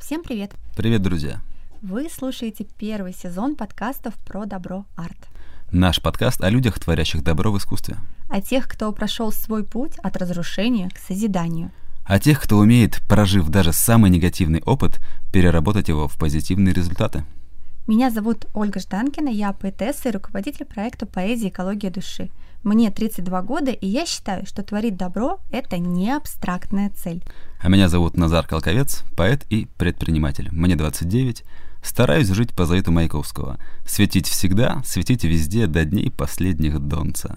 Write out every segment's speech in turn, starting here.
Всем привет! Привет, друзья! Вы слушаете первый сезон подкастов про добро арт. Наш подкаст о людях, творящих добро в искусстве. О тех, кто прошел свой путь от разрушения к созиданию. О тех, кто умеет, прожив даже самый негативный опыт, переработать его в позитивные результаты. Меня зовут Ольга Жданкина, я поэтесса и руководитель проекта «Поэзия. Экология души». Мне 32 года, и я считаю, что творить добро – это не абстрактная цель. А меня зовут Назар Колковец, поэт и предприниматель. Мне 29. Стараюсь жить по завету Маяковского. Светить всегда, светить везде до дней последних донца.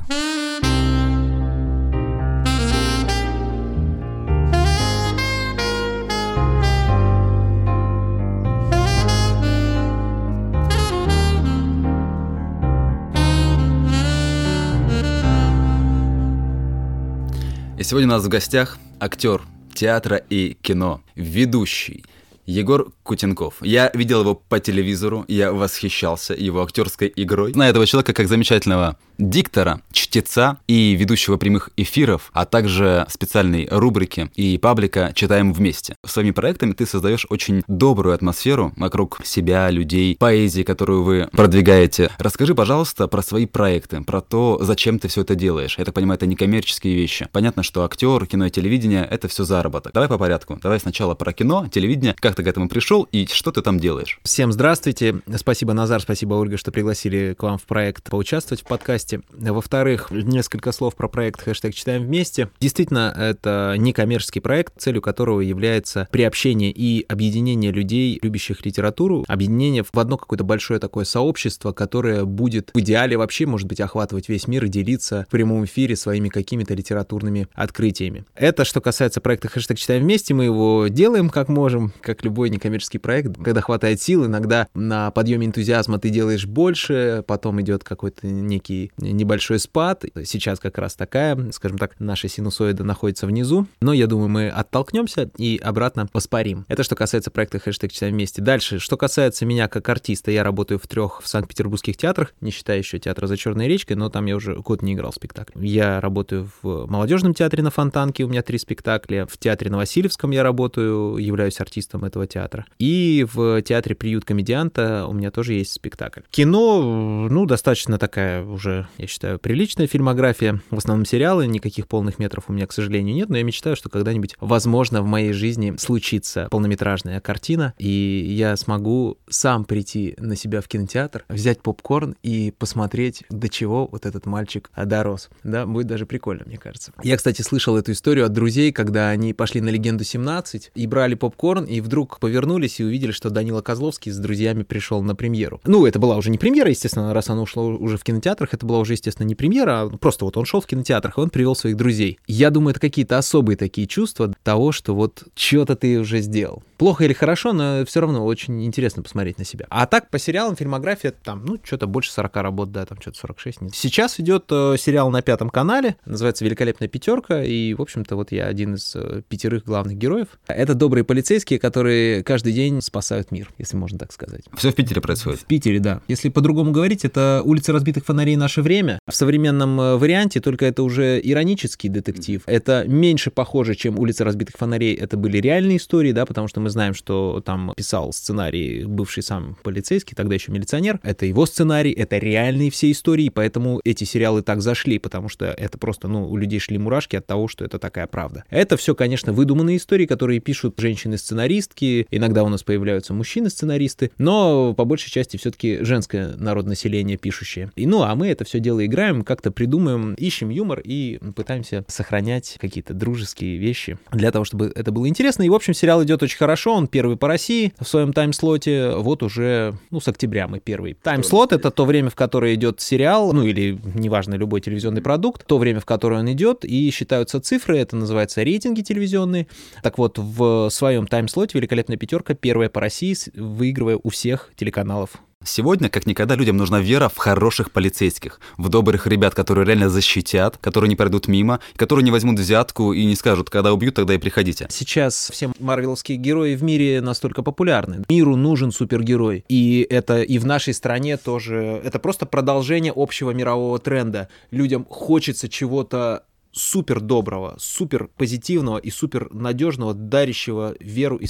И сегодня у нас в гостях актер театра и кино, ведущий Егор Кутенков. Я видел его по телевизору, я восхищался его актерской игрой. Знаю этого человека как замечательного диктора, чтеца и ведущего прямых эфиров, а также специальной рубрики и паблика «Читаем вместе». Своими проектами ты создаешь очень добрую атмосферу вокруг себя, людей, поэзии, которую вы продвигаете. Расскажи, пожалуйста, про свои проекты, про то, зачем ты все это делаешь. Я так понимаю, это не коммерческие вещи. Понятно, что актер, кино и телевидение — это все заработок. Давай по порядку. Давай сначала про кино, телевидение, как ты к этому пришел и что ты там делаешь. Всем здравствуйте. Спасибо, Назар, спасибо, Ольга, что пригласили к вам в проект поучаствовать в подкасте. Во-вторых, несколько слов про проект хэштег «Читаем вместе». Действительно, это некоммерческий проект, целью которого является приобщение и объединение людей, любящих литературу, объединение в одно какое-то большое такое сообщество, которое будет в идеале вообще, может быть, охватывать весь мир и делиться в прямом эфире своими какими-то литературными открытиями. Это что касается проекта хэштег «Читаем вместе». Мы его делаем как можем, как любой некоммерческий проект. Когда хватает сил, иногда на подъеме энтузиазма ты делаешь больше, потом идет какой-то некий небольшой спад. Сейчас как раз такая, скажем так, наша синусоида находится внизу, но я думаю, мы оттолкнемся и обратно воспарим. Это что касается проекта хэштег «Читаем вместе». Дальше, что касается меня как артиста, я работаю в 3 санкт-петербургских театрах, не считая еще театра «За черной речкой», но там я уже год не играл в спектакль. Я работаю в молодежном театре на Фонтанке, у меня 3 спектакля, в театре на Васильевском я работаю, являюсь артистом этого театра. И в театре «Приют комедианта» у меня тоже есть спектакль. Кино, достаточно такая уже, я считаю, приличная фильмография. В основном сериалы, никаких полных метров у меня, к сожалению, нет, но я мечтаю, что когда-нибудь, возможно, в моей жизни случится полнометражная картина, и я смогу сам прийти на себя в кинотеатр, взять попкорн и посмотреть, до чего вот этот мальчик дорос. Да, будет даже прикольно, мне кажется. Я, кстати, слышал эту историю от друзей, когда они пошли на «Легенду 17» и брали попкорн, и вдруг повернулись и увидели, что Данила Козловский с друзьями пришел на премьеру. Это была уже не премьера, естественно, раз оно ушло уже в кинотеатрах, это была уже, естественно, не премьера, а просто вот он шел в кинотеатрах, и он привел своих друзей. Я думаю, это какие-то особые такие чувства того, что вот что-то ты уже сделал. Плохо или хорошо, но все равно очень интересно посмотреть на себя. А так, по сериалам, фильмография, там, что-то больше 40 работ, да, там что-то 46 нет. Сейчас идет сериал на 5 канале, называется «Великолепная пятерка», и, в общем-то, вот я один из 5 главных героев. Это добрые полицейские, которые каждый день спасают мир, если можно так сказать. Все в Питере происходит? В Питере, да. Если по-другому говорить, это «Улица разбитых фонарей. Наше время». В современном варианте, только это уже иронический детектив. Это меньше похоже, чем «Улица разбитых фонарей». Это были реальные истории, да, потому что мы знаем, что там писал сценарий бывший сам полицейский, тогда еще милиционер. Это его сценарий, это реальные все истории, поэтому эти сериалы так зашли, потому что это просто, у людей шли мурашки от того, что это такая правда. Это все, конечно, выдуманные истории, которые пишут женщины-сценаристки, иногда у нас появляются мужчины-сценаристы, но по большей части все-таки женское народонаселение пишущее. А мы это все дело играем, как-то придумаем, ищем юмор и пытаемся сохранять какие-то дружеские вещи для того, чтобы это было интересно. И, в общем, сериал идет очень хорошо, он первый по России в своем тайм-слоте, вот уже, с октября мы первый. Тайм-слот — это то время, в которое идет сериал, или, неважно, любой телевизионный продукт, то время, в которое он идет, и считаются цифры, это называется рейтинги телевизионные. Так вот, в своем тайм-слоте «Великолепная пятерка» первая по России, выигрывая у всех телеканалов. Сегодня, как никогда, людям нужна вера в хороших полицейских, в добрых ребят, которые реально защитят, которые не пройдут мимо, которые не возьмут взятку и не скажут, когда убьют, тогда и приходите. Сейчас все марвеловские герои в мире настолько популярны. Миру нужен супергерой. И это и в нашей стране тоже. Это просто продолжение общего мирового тренда. Людям хочется чего-то супер доброго, супер позитивного и супер надежного, дарящего веру и свет.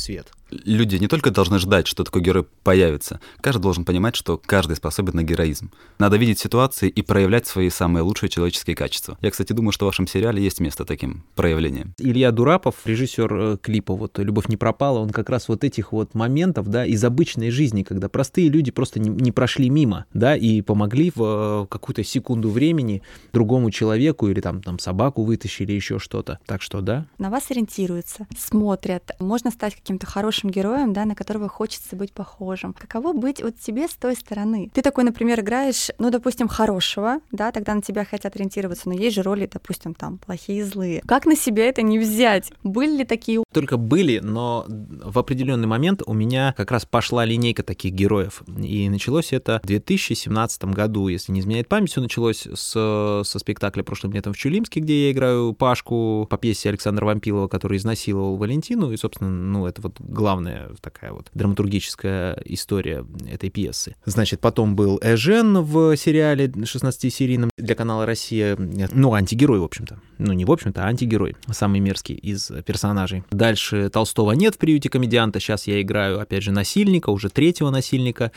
Люди не только должны ждать, что такой герой появится, каждый должен понимать, что каждый способен на героизм. Надо видеть ситуации и проявлять свои самые лучшие человеческие качества. Я, кстати, думаю, что в вашем сериале есть место таким проявлениям. Илья Дурапов, режиссер клипа вот «Любовь не пропала», он как раз вот этих вот моментов, да, из обычной жизни, когда простые люди просто не прошли мимо, да, и помогли в какую-то секунду времени другому человеку или там собаку вытащили, еще что-то. Так что, да. На вас ориентируются, смотрят. Можно стать каким-то хорошим героем, да, на которого хочется быть похожим. Каково быть вот тебе с той стороны? Ты такой, например, играешь, ну, допустим, хорошего, да, тогда на тебя хотят ориентироваться, но есть же роли, допустим, там, плохие, злые. Как на себя это не взять? Были ли такие? Только были, но в определенный момент у меня как раз пошла линейка таких героев. И началось это в 2017 году, если не изменяет память, все началось со спектакля «Прошлым летом в Чулимске», где я играю Пашку по пьесе Александра Вампилова, который изнасиловал Валентину, и, собственно, ну, это вот главная такая вот драматургическая история этой пьесы. Значит, потом был Эжен в сериале 16-серийном для канала «Россия», ну, антигерой, в общем-то. Ну, не в общем-то, а антигерой, самый мерзкий из персонажей. Дальше Толстого нет в «Приюте комедианта», сейчас я играю, опять же, насильника, уже третьего насильника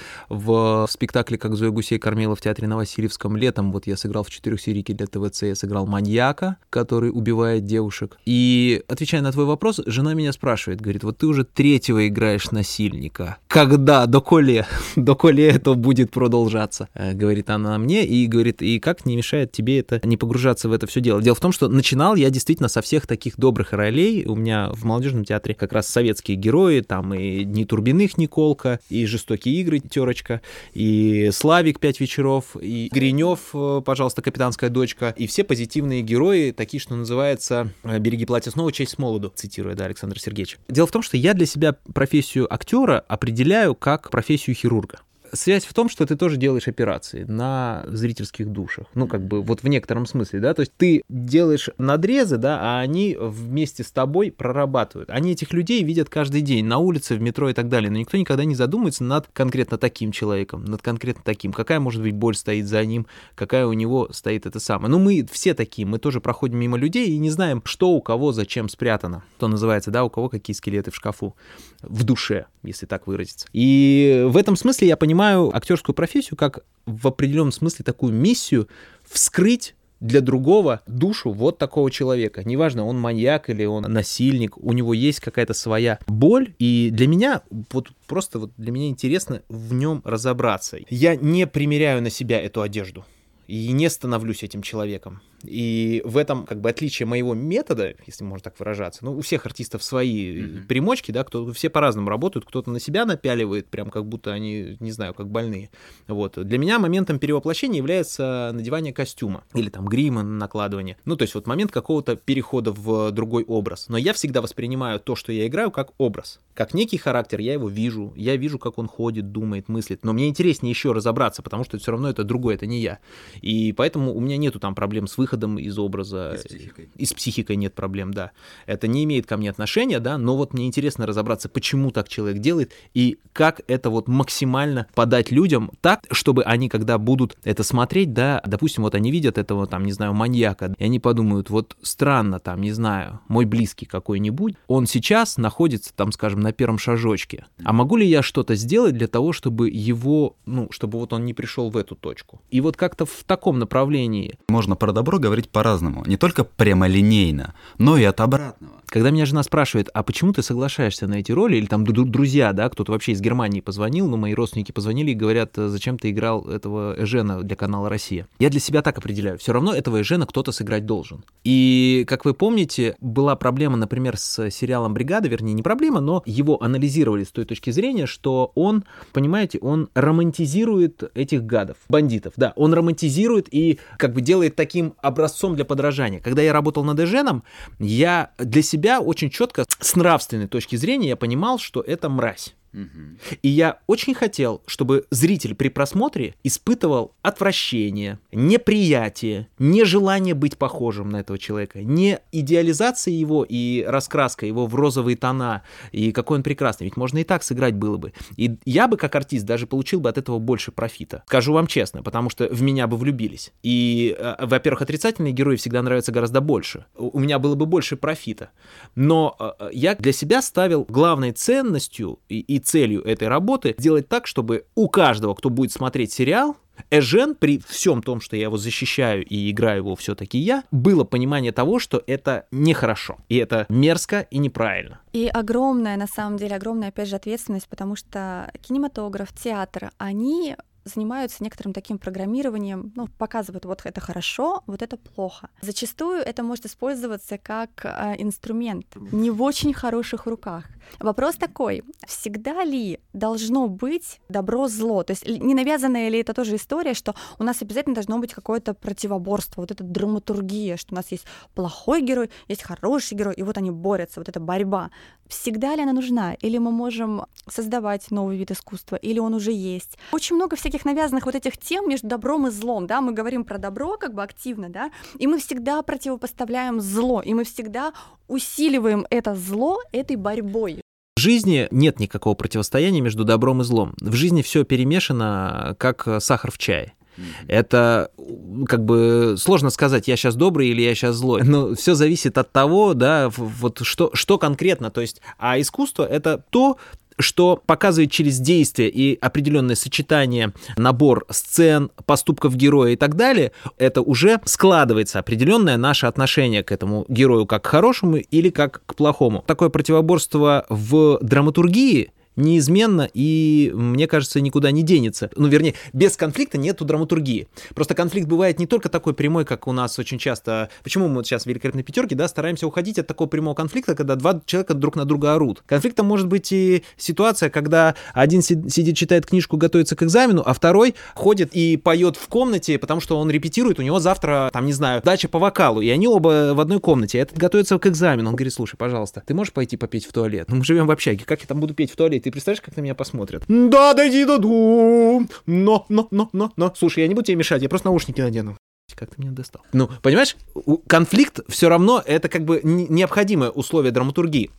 в спектакле «Как Зоя гусей кормила» в театре на Васильевском. Летом вот я сыграл в 4-серийке для ТВЦ, я сыграл маньяка, который убивает девушек. И, отвечая на твой вопрос, жена меня спрашивает, говорит, вот ты уже третьего играешь насильника. Когда? Доколе это будет продолжаться? Говорит она мне, и говорит, и как не мешает тебе это не погружаться в это все дело? Дело в том, что начинал я действительно со всех таких добрых ролей. У меня в молодежном театре как раз советские герои, там и «Дни Турбиных» Николка, и «Жестокие игры» Терочка, и Славик «Пять вечеров», и Гринев, пожалуйста, «Капитанская дочка», и все позитивные герои, такие, что называется «Береги платье снова, честь с молоду», цитируя, да, Александра Сергеевича. Дело в том, что я для себя профессию актера определяю как профессию хирурга. Связь в том, что ты тоже делаешь операции на зрительских душах. Ну, как бы, вот в некотором смысле, да. То есть ты делаешь надрезы, да, а они вместе с тобой прорабатывают. Они этих людей видят каждый день на улице, в метро и так далее. Но никто никогда не задумывается над конкретно таким человеком, над конкретно таким. Какая, может быть, боль стоит за ним, какая у него стоит это самое. Ну, мы все такие, мы тоже проходим мимо людей и не знаем, что у кого зачем спрятано. То называется, да, у кого какие скелеты в шкафу, в душе, если так выразиться. И в этом смысле я понимаю актерскую профессию как в определенном смысле такую миссию вскрыть для другого душу вот такого человека. Неважно, он маньяк или он насильник, у него есть какая-то своя боль, и для меня, вот просто вот для меня интересно в нем разобраться. Я не примеряю на себя эту одежду и не становлюсь этим человеком. И в этом как бы отличие моего метода, если можно так выражаться, ну, у всех артистов свои примочки, да, все по-разному работают, кто-то на себя напяливает, прям как будто они, не знаю, как больные. Вот. Для меня моментом перевоплощения является надевание костюма или там грима, накладывание. Ну, то есть вот момент какого-то перехода в другой образ. Но я всегда воспринимаю то, что я играю, как образ, как некий характер, я его вижу, я вижу, как он ходит, думает, мыслит. Но мне интереснее еще разобраться, потому что все равно это другое, это не я. И поэтому у меня нету там проблем с выходом из образа. И с психикой нет проблем, да. Это не имеет ко мне отношения, да, но вот мне интересно разобраться, почему так человек делает и как это вот максимально подать людям так, чтобы они, когда будут это смотреть, да, допустим, вот они видят этого, там, не знаю, маньяка, и они подумают, вот странно, там, не знаю, мой близкий какой-нибудь, он сейчас находится, там, скажем, на первом шажочке. А могу ли я что-то сделать для того, чтобы его, ну, чтобы вот он не пришел в эту точку? И вот как-то в таком направлении. Можно про добро говорить по-разному, не только прямолинейно, но и от обратного. Когда меня жена спрашивает, а почему ты соглашаешься на эти роли, или там друзья, да, кто-то вообще из Германии позвонил, ну, мои родственники позвонили и говорят, зачем ты играл этого Эжена для канала «Россия». Я для себя так определяю, все равно этого Эжена кто-то сыграть должен. И, как вы помните, была проблема, например, с сериалом «Бригада», вернее, не проблема, но его анализировали с той точки зрения, что он, понимаете, он романтизирует этих гадов, бандитов, да, он романтизирует и как бы делает таким образцом для подражания. Когда я работал над Эженом, я для себя очень четко с нравственной точки зрения я понимал, что это мразь. И я очень хотел, чтобы зритель при просмотре испытывал отвращение, неприятие, нежелание быть похожим на этого человека, не идеализация его и раскраска его в розовые тона, и какой он прекрасный. Ведь можно и так сыграть было бы. И я бы, как артист, даже получил бы от этого больше профита. Скажу вам честно, потому что в меня бы влюбились. И, во-первых, отрицательные герои всегда нравятся гораздо больше. У меня было бы больше профита. Но я для себя ставил главной ценностью и целью этой работы сделать так, чтобы у каждого, кто будет смотреть сериал, Эжен, при всем том, что я его защищаю и играю его все-таки я, было понимание того, что это нехорошо, и это мерзко и неправильно. И огромная, на самом деле, огромная, опять же, ответственность, потому что кинематограф, театр, они занимаются некоторым таким программированием, показывают, вот это хорошо, вот это плохо. Зачастую это может использоваться как инструмент, не в очень хороших руках. Вопрос такой, всегда ли должно быть добро-зло? То есть не навязанная ли это тоже история, что у нас обязательно должно быть какое-то противоборство, вот эта драматургия, что у нас есть плохой герой, есть хороший герой, и вот они борются, вот эта борьба. Всегда ли она нужна? Или мы можем создавать новый вид искусства, или он уже есть? Очень много всяких навязанных вот этих тем между добром и злом, да, мы говорим про добро как бы активно, да, и мы всегда противопоставляем зло, и мы всегда усиливаем это зло этой борьбой. В жизни нет никакого противостояния между добром и злом. В жизни все перемешано, как сахар в чае. Это как бы сложно сказать, я сейчас добрый или я сейчас злой. Но все зависит от того, да, вот что конкретно. То есть, а искусство — это то, что показывает через действие и определенное сочетание, набор сцен, поступков героя и так далее, это уже складывается определенное наше отношение к этому герою как к хорошему или как к плохому. Такое противоборство в драматургии неизменно и, мне кажется, никуда не денется. Вернее, без конфликта нету драматургии. Просто конфликт бывает не только такой прямой, как у нас очень часто. Почему мы вот сейчас в «Великолепной пятерке», да, стараемся уходить от такого прямого конфликта, когда два человека друг на друга орут. Конфликтом может быть и ситуация, когда один сидит, читает книжку, готовится к экзамену, а второй ходит и поет в комнате, потому что он репетирует, у него завтра, там, не знаю, дача по вокалу, и они оба в одной комнате. Этот готовится к экзамену. Он говорит: слушай, пожалуйста, ты можешь пойти попеть в туалет? Мы живем в общаге, как я там буду петь в туалете? Ты представляешь, как на меня посмотрят? Да, дойди до дум. Но. Слушай, я не буду тебе мешать, я просто наушники надену. Как ты меня достал? Понимаешь, конфликт все равно это как бы необходимое условие драматургии.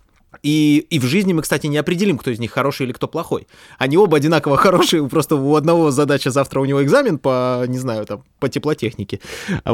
И в жизни мы, кстати, не определим, кто из них хороший или кто плохой. Они оба одинаково хорошие, просто у одного задача завтра у него экзамен по, не знаю, там, по теплотехнике,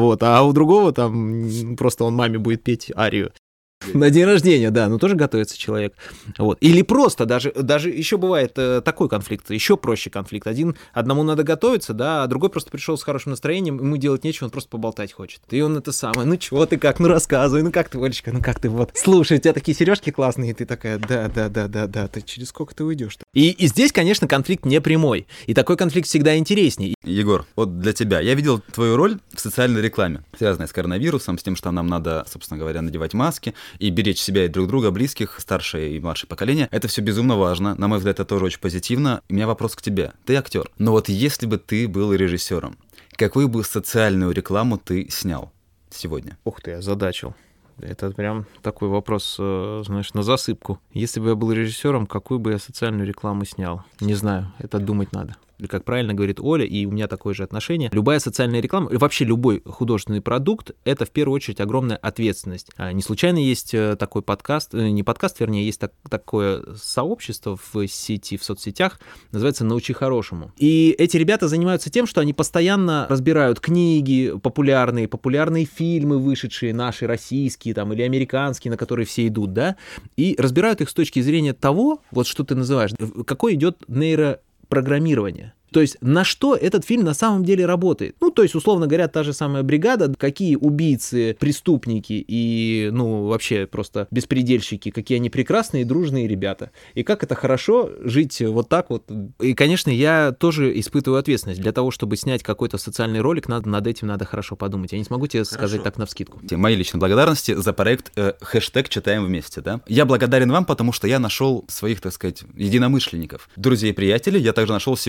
а у другого там просто он маме будет петь арию. На день рождения, да, тоже готовится человек. Вот. Или просто, даже еще бывает такой конфликт, еще проще конфликт. Одному надо готовиться, да, а другой просто пришел с хорошим настроением, ему делать нечего, он просто поболтать хочет. И он это самое: чего ты как, рассказывай, как ты, Олечка, как ты вот. Слушай, у тебя такие сережки классные, и ты такая: да, ты через сколько ты уйдешь? И здесь, конечно, конфликт не прямой, и такой конфликт всегда интереснее. Егор, вот для тебя, я видел твою роль в социальной рекламе, связанной с коронавирусом, с тем, что нам надо, собственно говоря, надевать маски и беречь себя и друг друга, близких, старшее и младшее поколение. Это все безумно важно. На мой взгляд, это тоже очень позитивно. У меня вопрос к тебе. Ты актер. Но вот если бы ты был режиссером, какую бы социальную рекламу ты снял сегодня? Ух ты, озадачил. Это прям такой вопрос, знаешь, на засыпку. Если бы я был режиссером, какую бы я социальную рекламу снял? Не знаю, это думать надо. Или, как правильно говорит Оля, и у меня такое же отношение, любая социальная реклама, и вообще любой художественный продукт — это в первую очередь огромная ответственность. Не случайно есть такой подкаст, не подкаст, вернее, есть такое сообщество в сети, в соцсетях, называется «Научи хорошему». И эти ребята занимаются тем, что они постоянно разбирают книги популярные фильмы, вышедшие, наши, российские там, или американские, на которые все идут, да, и разбирают их с точки зрения того, вот что ты называешь, какой идет нейропрограммирование. То есть на что этот фильм на самом деле работает. То есть, условно говоря, та же самая «Бригада», какие убийцы, преступники и, вообще просто беспредельщики, какие они прекрасные и дружные ребята. И как это хорошо жить вот так вот. И, конечно, я тоже испытываю ответственность. Для того, чтобы снять какой-то социальный ролик, над этим надо хорошо подумать. Я не смогу тебе сказать так навскидку. Мои личные благодарности за проект хэштег «Читаем вместе». Да? Я благодарен вам, потому что я нашел своих, так сказать, единомышленников, друзей и приятелей. Я также нашел себе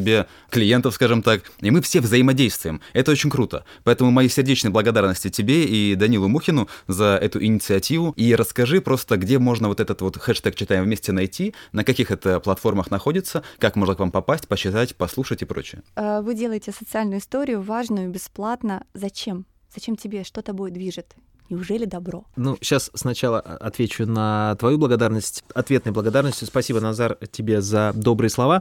клиентов, скажем так, и мы все взаимодействуем. Это очень круто. Поэтому мои сердечные благодарности тебе и Данилу Мухину за эту инициативу. И расскажи просто, где можно вот этот вот хэштег «Читаем вместе» найти, на каких это платформах находится, как можно к вам попасть, почитать, послушать и прочее. Вы делаете социальную историю важную, бесплатно. Зачем? Зачем тебе? Что тобой движет? Неужели добро? Ну, сейчас сначала отвечу на твою благодарность, ответной благодарностью. Спасибо, Назар, тебе за добрые слова.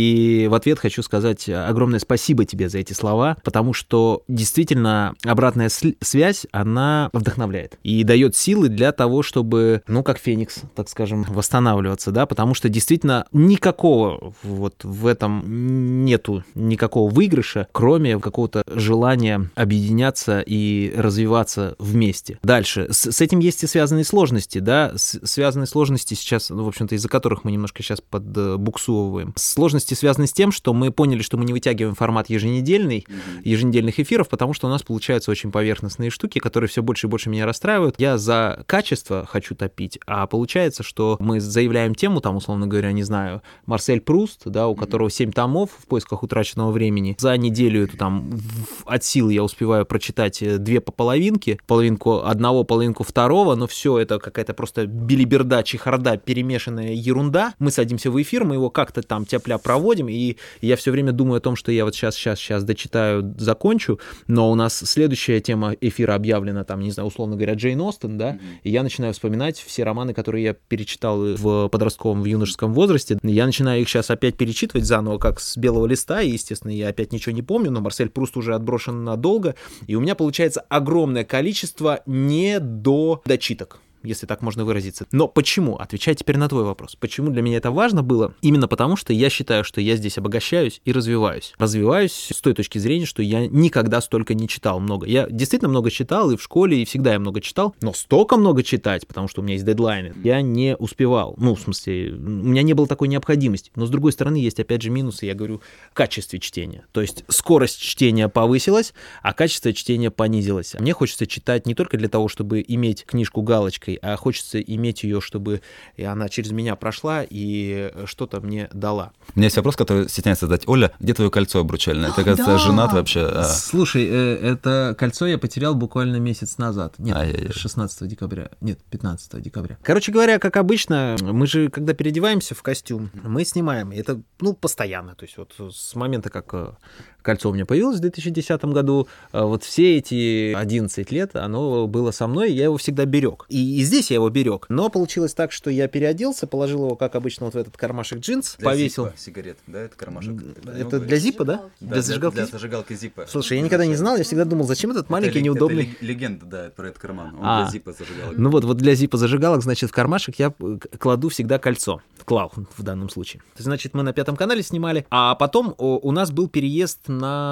И в ответ хочу сказать огромное спасибо тебе за эти слова, потому что действительно обратная связь, она вдохновляет и дает силы для того, чтобы, ну, как феникс, так скажем, восстанавливаться, да, потому что действительно никакого вот в этом нету никакого выигрыша, кроме какого-то желания объединяться и развиваться вместе. Дальше. С этим есть и связанные сложности, да, связанные сложности сейчас, ну, в общем-то, из-за которых мы немножко сейчас подбуксовываем. Сложности связаны с тем, что мы поняли, что мы не вытягиваем формат еженедельных эфиров, потому что у нас получаются очень поверхностные штуки, которые все больше и больше меня расстраивают. Я за качество хочу топить, а получается, что мы заявляем тему, там, условно говоря, не знаю, Марсель Пруст, да, у которого 7 томов в поисках утраченного времени. За неделю эту там от силы я успеваю прочитать 2 по половинке, половинку одного, половинку второго, но все это какая-то просто билиберда, чехарда, перемешанная ерунда. Мы садимся в эфир, мы его как-то там тяп-ля проводим, и я все время думаю о том, что я вот сейчас дочитаю, закончу, но у нас следующая тема эфира объявлена, там, не знаю, условно говоря, Джейн Остен, да, и я начинаю вспоминать все романы, которые я перечитал в подростковом, в юношеском возрасте. Я начинаю их сейчас опять перечитывать заново, как с белого листа, и, естественно, я опять ничего не помню, но Марсель Пруст уже отброшен надолго, и у меня получается огромное количество недочиток, если так можно выразиться. Но почему? Отвечай теперь на твой вопрос. Почему для меня это важно было? Именно потому, что я считаю, что я здесь обогащаюсь и развиваюсь. Развиваюсь с той точки зрения, что я никогда столько не читал много. Я действительно много читал и в школе, и всегда я много читал, но столько много читать, потому что у меня есть дедлайны, я не успевал. Ну, в смысле, у меня не было такой необходимости. Но, с другой стороны, есть опять же минусы, я говорю, в качестве чтения. То есть скорость чтения повысилась, а качество чтения понизилось. Мне хочется читать не только для того, чтобы иметь книжку галочкой, а хочется иметь ее, чтобы она через меня прошла и что-то мне дала. У меня есть вопрос, который стесняется задать. Оля, где твое кольцо обручальное? Ты, кажется, женат вообще. Слушай, это кольцо я потерял буквально месяц назад. Нет, 16 декабря. Нет, 15 декабря. Короче говоря, как обычно, мы же, когда переодеваемся в костюм, мы снимаем. И это, ну, постоянно. То есть вот с момента, как кольцо у меня появилось в 2010 году, вот все эти 11 лет оно было со мной, я его всегда берег. И здесь я его берег. Но получилось так, что я переоделся, положил его, как обычно, вот в этот кармашек джинс, для повесил. Зипа, сигарет, да, это кармашек? Это для зипа, да? Да, для зажигалки? Для зажигалки зипа. Слушай, я никогда не знал, я всегда думал, зачем этот маленький, неудобный... Это легенда, да, про этот карман. Он для зипа зажигалок. Ну вот для зипа зажигалок, значит, в кармашек я кладу всегда кольцо. Клал в данном случае. Значит, мы на 5 канале снимали, а потом у нас был переезд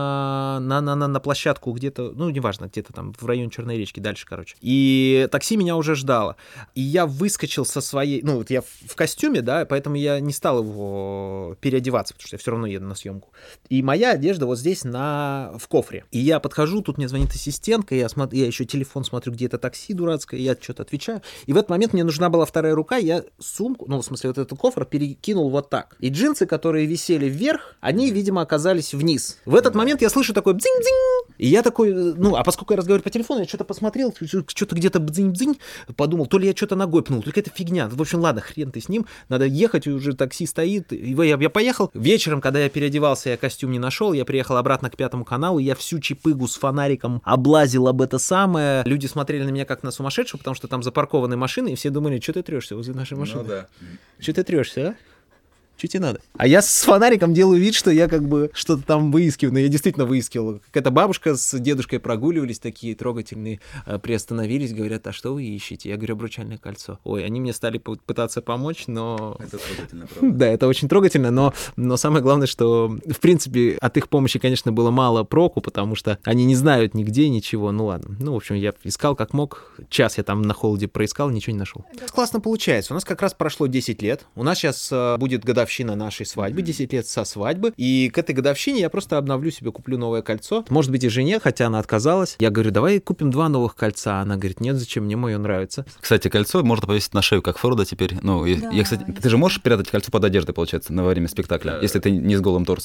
на площадку где-то, ну, неважно, где-то там в районе Черной речки, дальше, короче. И такси меня уже ждало. И я выскочил со своей... Ну, вот я в костюме, да, поэтому я не стал его переодеваться, потому что я все равно еду на съемку. И моя одежда вот здесь в кофре. И я подхожу, тут мне звонит ассистентка, я еще телефон смотрю, где это такси дурацкое, я что-то отвечаю. И в этот момент мне нужна была вторая рука, я сумку, ну, в смысле, вот этот кофр перекинул вот так. И джинсы, которые висели вверх, они, видимо, оказались вниз. В этот момент я слышу такой бзинь-бзинь. И я такой, ну, а поскольку я разговариваю по телефону, я что-то посмотрел, что-то где-то бзинь-бзинь, подумал, то ли я что-то ногой пнул, только это фигня. В общем, ладно, хрен ты с ним, надо ехать, уже такси стоит. И я поехал. Вечером, когда я переодевался, я костюм не нашел, я приехал обратно к 5 каналу, я всю чипыгу с фонариком облазил об это самое. Люди смотрели на меня как на сумасшедшего, потому что там запаркованы машины, и все думали, что ты трешься возле нашей машины. Ну да. Что ты трешься, а? Что тебе надо? А я с фонариком делаю вид, что я как бы что-то там выискиваю. Но я действительно выискивал. Какая-то бабушка с дедушкой прогуливались, такие трогательные, приостановились, говорят, а что вы ищете? Я говорю, обручальное кольцо. Ой, они мне стали пытаться помочь, но... Это трогательно, правда. Да, это очень трогательно, но самое главное, что, в принципе, от их помощи, конечно, было мало проку, потому что они не знают нигде ничего. Ну ладно. Ну, в общем, я искал как мог. Час я там на холоде проискал, ничего не нашел. Классно получается. У нас как раз прошло 10 лет. У нас сейчас будет годовщина нашей свадьбы, 10 лет со свадьбы, и к этой годовщине я просто обновлю себе, куплю новое кольцо. Может быть, и жене, хотя она отказалась. Я говорю, давай купим 2 новых кольца. Она говорит, нет, зачем, мне мое нравится. Кстати, кольцо можно повесить на шею, как Фродо теперь. Ну, да, кстати, ты же можешь прятать кольцо под одеждой, получается, во время спектакля, если ты не с голым торсом?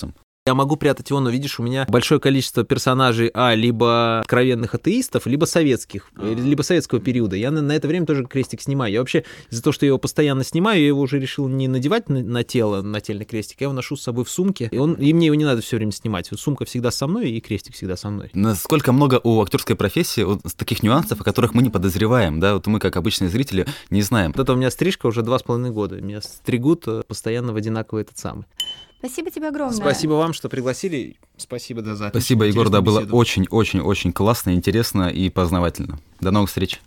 Я могу прятать его, но видишь, у меня большое количество персонажей, либо откровенных атеистов, либо советских, либо советского периода. Я на это время тоже крестик снимаю. Я вообще из-за того, что я его постоянно снимаю, я его уже решил не надевать на тело нательный крестик, я его ношу с собой в сумке, и мне его не надо все время снимать. Вот сумка всегда со мной, и крестик всегда со мной. Насколько много у актерской профессии таких нюансов, о которых мы не подозреваем, да, вот мы, как обычные зрители, не знаем. Вот это у меня стрижка уже 2,5 года. Меня стригут постоянно в одинаковый этот самый. Спасибо тебе огромное. Спасибо вам, что пригласили. Спасибо, да, за Спасибо, Егор, да, было беседу. очень-очень-очень классно, интересно и познавательно. До новых встреч.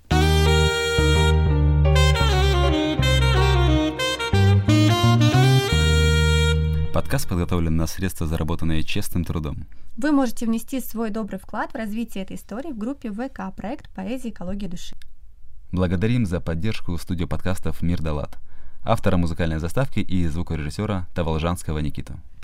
Подкаст подготовлен на средства, заработанные честным трудом. Вы можете внести свой добрый вклад в развитие этой истории в группе ВК «Проект Поэзия и экология души». Благодарим за поддержку студию подкастов «Мир да Лад», автора музыкальной заставки и звукорежиссера Таволжанского Никиту.